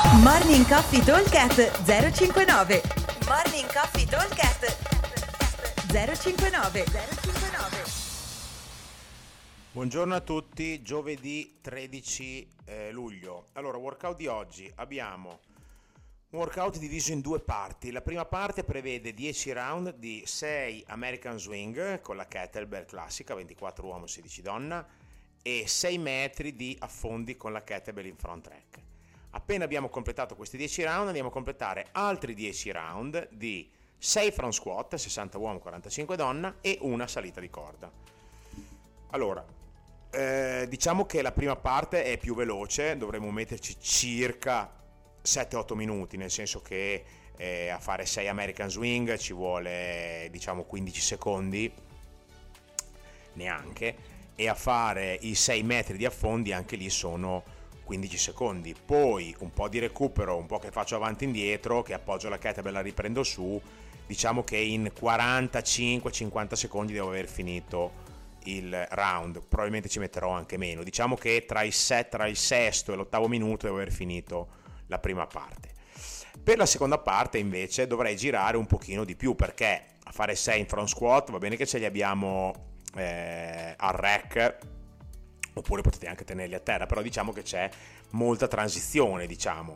Morning Coffee Talkcast 059. Morning Coffee Talkcast 059. Buongiorno a tutti, giovedì 13 luglio. Allora, workout di oggi. Abbiamo un workout diviso in due parti. La prima parte prevede 10 round di 6 American Swing con la kettlebell classica, 24 uomo, 16 donna, e 6 metri di affondi con la kettlebell in front rack. Appena abbiamo completato questi 10 round, andiamo a completare altri 10 round di 6 front squat, 60 uomo, 45 donna, e una salita di corda. Allora, diciamo che la prima parte è più veloce, dovremmo metterci circa 7-8 minuti, nel senso che a fare 6 American Swing ci vuole, diciamo, 15 secondi, neanche, e a fare i 6 metri di affondi anche lì sono 15 secondi. Poi un po' di recupero, un po' che faccio avanti e indietro, che appoggio la kettlebell e la riprendo su. Diciamo che in 45-50 secondi devo aver finito il round, probabilmente ci metterò anche meno. Diciamo che tra il sesto e l'ottavo minuto devo aver finito la prima parte. Per la seconda parte invece dovrei girare un pochino di più, perché a fare 6 in front squat va bene che ce li abbiamo al rack, oppure potete anche tenerli a terra, però diciamo che c'è molta transizione, diciamo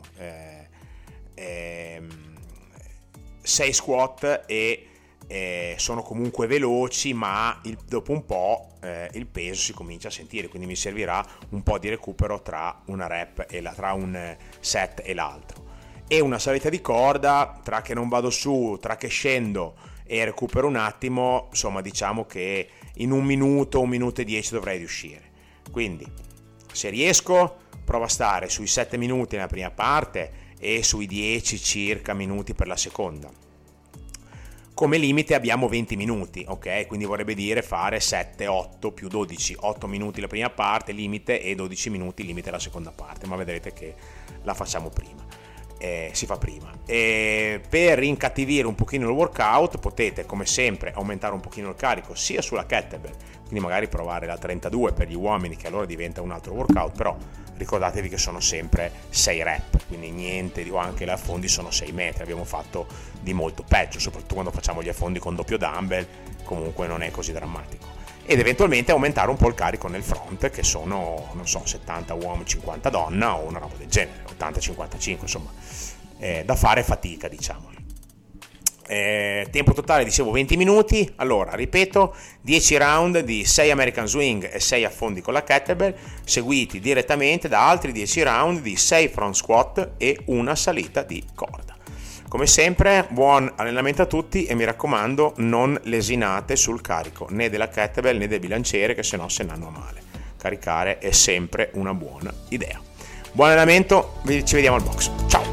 6 squat e sono comunque veloci, ma dopo un po' il peso si comincia a sentire, quindi mi servirà un po' di recupero tra una rep e tra un set e l'altro, e una salita di corda tra che non vado su, tra che scendo e recupero un attimo. Insomma, diciamo che in un minuto e 10 dovrei riuscire. Quindi, se riesco, provo a stare sui 7 minuti nella prima parte e sui 10 circa minuti per la seconda. Come limite abbiamo 20 minuti, ok? Quindi vorrebbe dire fare 7, 8 più 12, 8 minuti la prima parte limite e 12 minuti limite la seconda parte, ma vedrete che la facciamo prima. Si fa prima. E per incattivire un pochino il workout potete, come sempre, aumentare un pochino il carico sia sulla kettlebell, quindi magari provare la 32 per gli uomini, che allora diventa un altro workout, però ricordatevi che sono sempre 6 rep, quindi niente, o anche gli affondi sono 6 metri, abbiamo fatto di molto peggio, soprattutto quando facciamo gli affondi con doppio dumbbell, comunque non è così drammatico. Ed eventualmente aumentare un po' il carico nel front, che sono, non so, 70 uomo, 50 donna, o una roba del genere, 80-55, insomma, da fare fatica, diciamo. Tempo totale, dicevo, 20 minuti. Allora, ripeto, 10 round di 6 American Swing e 6 affondi con la kettlebell, seguiti direttamente da altri 10 round di 6 front squat e una salita di corda. Come sempre, buon allenamento a tutti, e mi raccomando, non lesinate sul carico né della kettlebell né del bilanciere, che sennò se ne hanno a male. Caricare è sempre una buona idea. Buon allenamento, ci vediamo al box. Ciao!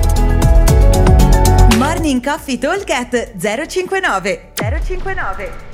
Morning Coffee Talkcast 059.